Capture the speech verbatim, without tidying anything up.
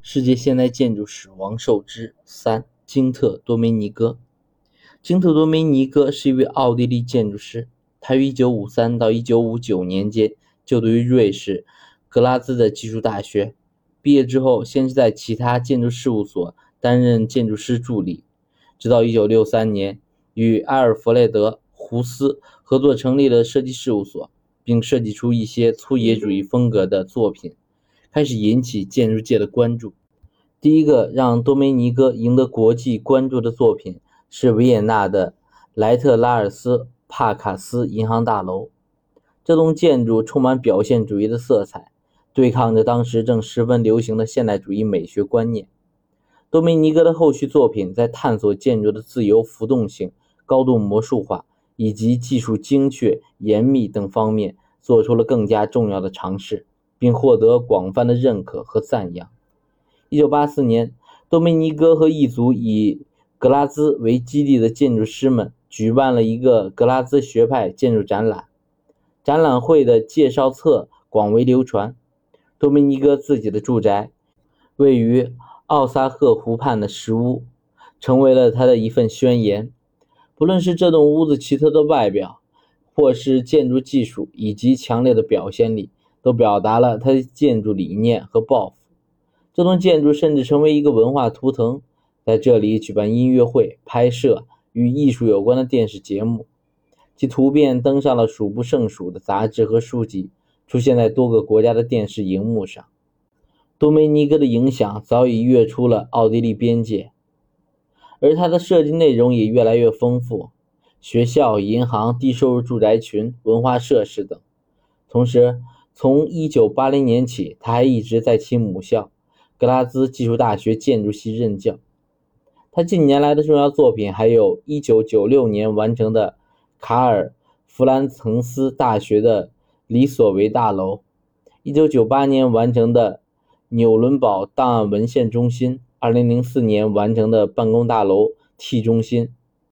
世界现代建筑史王受之三金特多梅尼戈。金特多梅尼戈是一位奥地利建筑师，他于一九五三到一九五九年间就读于瑞士格拉兹的技术大学。毕业之后，先是在其他建筑事务所担任建筑师助理，直到一九六三年与阿尔弗雷德·胡斯合作成立了设计事务所，并设计出一些粗野主义风格的作品，开始引起建筑界的关注。第一个让多梅尼戈赢得国际关注的作品是维也纳的莱特拉尔斯帕卡斯银行大楼。这栋建筑充满表现主义的色彩，对抗着当时正十分流行的现代主义美学观念。多梅尼戈的后续作品在探索建筑的自由浮动性、高度魔术化以及技术精确、严密等方面做出了更加重要的尝试，并获得广泛的认可和赞扬。一九八四年，多梅尼戈和一组以格拉兹为基地的建筑师们举办了一个格拉兹学派建筑展览。展览会的介绍册广为流传。多梅尼戈自己的住宅位于奥萨赫湖畔的石屋，成为了他的一份宣言。不论是这栋屋子奇特的外表，或是建筑技术以及强烈的表现力，都表达了他的建筑理念和抱负。这栋建筑甚至成为一个文化图腾，在这里举办音乐会、拍摄与艺术有关的电视节目，其图片登上了数不胜数的杂志和书籍，出现在多个国家的电视荧幕上。多梅尼戈的影响早已跃出了奥地利边界，而他的设计内容也越来越丰富，学校、银行、低收入住宅群、文化设施等。同时，从一九八零年起，他还一直在其母校格拉兹技术大学建筑系任教。他近年来的重要作品还有一九九六年完成的卡尔弗兰岑斯大学的里索维大楼，一九九八年完成的纽伦堡档案文献中心，二零零四年完成的办公大楼 T 中心，